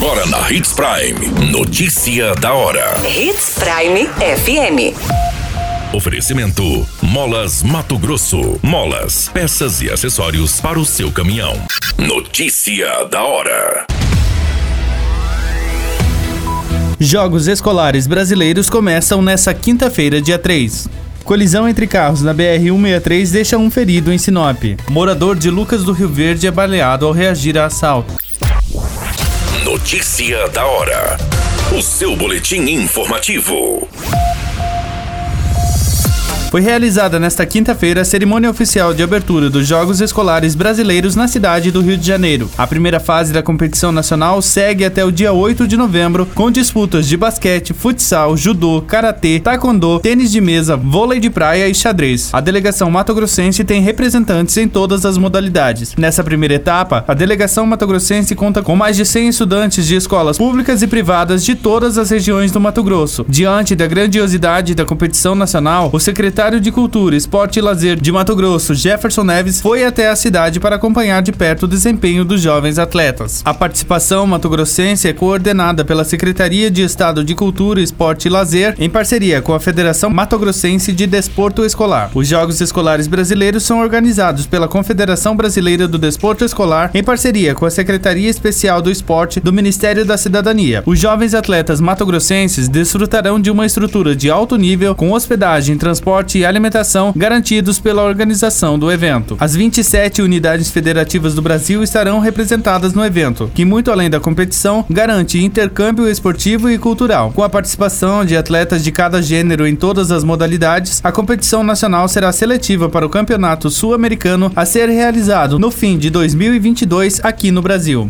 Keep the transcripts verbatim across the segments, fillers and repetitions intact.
Agora na Hits Prime. Notícia da hora. Hits Prime F M. Oferecimento: Molas Mato Grosso. Molas, peças e acessórios para o seu caminhão. Notícia da hora. Jogos escolares brasileiros começam nesta quinta-feira, dia três. Colisão entre carros na B R cento e sessenta e três deixa um ferido em Sinop. Morador de Lucas do Rio Verde é baleado ao reagir a assalto. Notícia da hora. O seu boletim informativo. Foi realizada nesta quinta-feira a cerimônia oficial de abertura dos Jogos Escolares Brasileiros na cidade do Rio de Janeiro. A primeira fase da competição nacional segue até o dia oito de novembro, com disputas de basquete, futsal, judô, karatê, taekwondo, tênis de mesa, vôlei de praia e xadrez. A delegação mato-grossense tem representantes em todas as modalidades. Nessa primeira etapa, a delegação mato-grossense conta com mais de cem estudantes de escolas públicas e privadas de todas as regiões do Mato Grosso. Diante da grandiosidade da competição nacional, o secretário O secretário de Cultura, Esporte e Lazer de Mato Grosso, Jefferson Neves, foi até a cidade para acompanhar de perto o desempenho dos jovens atletas. A participação mato-grossense é coordenada pela Secretaria de Estado de Cultura, Esporte e Lazer, em parceria com a Federação Mato-Grossense de Desporto Escolar. Os Jogos Escolares Brasileiros são organizados pela Confederação Brasileira do Desporto Escolar, em parceria com a Secretaria Especial do Esporte do Ministério da Cidadania. Os jovens atletas mato-grossenses desfrutarão de uma estrutura de alto nível, com hospedagem, transporte e alimentação garantidos pela organização do evento. As vinte e sete unidades federativas do Brasil estarão representadas no evento, que muito além da competição, garante intercâmbio esportivo e cultural. Com a participação de atletas de cada gênero em todas as modalidades, a competição nacional será seletiva para o Campeonato Sul-Americano a ser realizado no fim de dois mil e vinte e dois aqui no Brasil.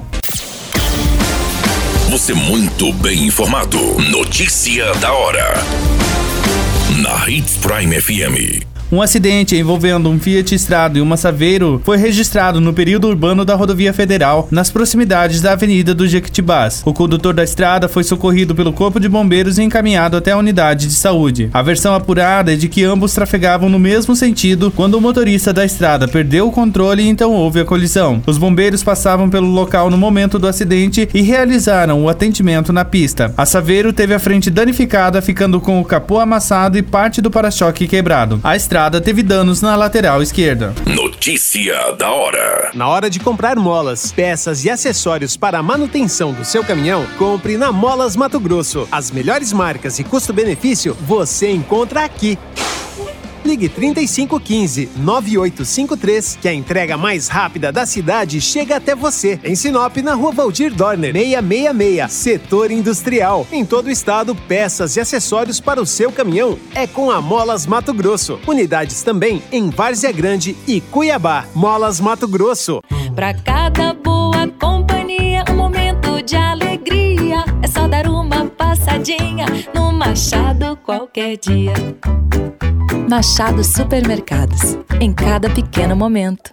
Você muito bem informado. Notícia da hora. Na Hits Prime F M. Um acidente envolvendo um Fiat Strada e uma Saveiro foi registrado no período urbano da Rodovia Federal, nas proximidades da Avenida do Jequitibás. O condutor da estrada foi socorrido pelo Corpo de Bombeiros e encaminhado até a unidade de saúde. A versão apurada é de que ambos trafegavam no mesmo sentido quando o motorista da estrada perdeu o controle e então houve a colisão. Os bombeiros passavam pelo local no momento do acidente e realizaram o atendimento na pista. A Saveiro teve a frente danificada, ficando com o capô amassado e parte do para-choque quebrado. A estrada teve danos na lateral esquerda. Notícia da hora. Na hora de comprar molas, peças e acessórios para a manutenção do seu caminhão, compre na Molas Mato Grosso. As melhores marcas e custo-benefício você encontra aqui. Ligue trinta e cinco quinze, nove oito cinco três, que a entrega mais rápida da cidade chega até você. Em Sinop, na Rua Valdir Dorner, seiscentos e sessenta e seis, Setor Industrial. Em todo o estado, peças e acessórios para o seu caminhão é com a Molas Mato Grosso. Unidades também em Várzea Grande e Cuiabá. Molas Mato Grosso. Pra cada boa companhia, um momento de alegria. É só dar uma passadinha no Machado qualquer dia. Machado Supermercados. Em cada pequeno momento.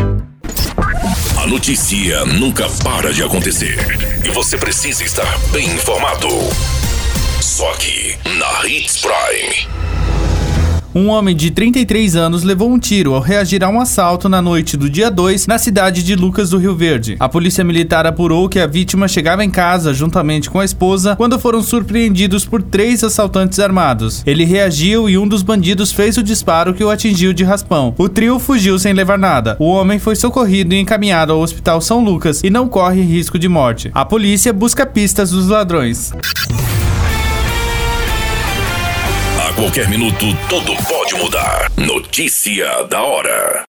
A notícia nunca para de acontecer. E você precisa estar bem informado. Só aqui, na Hits Prime. Um homem de trinta e três anos levou um tiro ao reagir a um assalto na noite do dia dois na cidade de Lucas do Rio Verde. A polícia militar apurou que a vítima chegava em casa juntamente com a esposa quando foram surpreendidos por três assaltantes armados. Ele reagiu e um dos bandidos fez o disparo que o atingiu de raspão. O trio fugiu sem levar nada. O homem foi socorrido e encaminhado ao Hospital São Lucas e não corre risco de morte. A polícia busca pistas dos ladrões. A qualquer minuto, tudo pode mudar. Notícia da hora.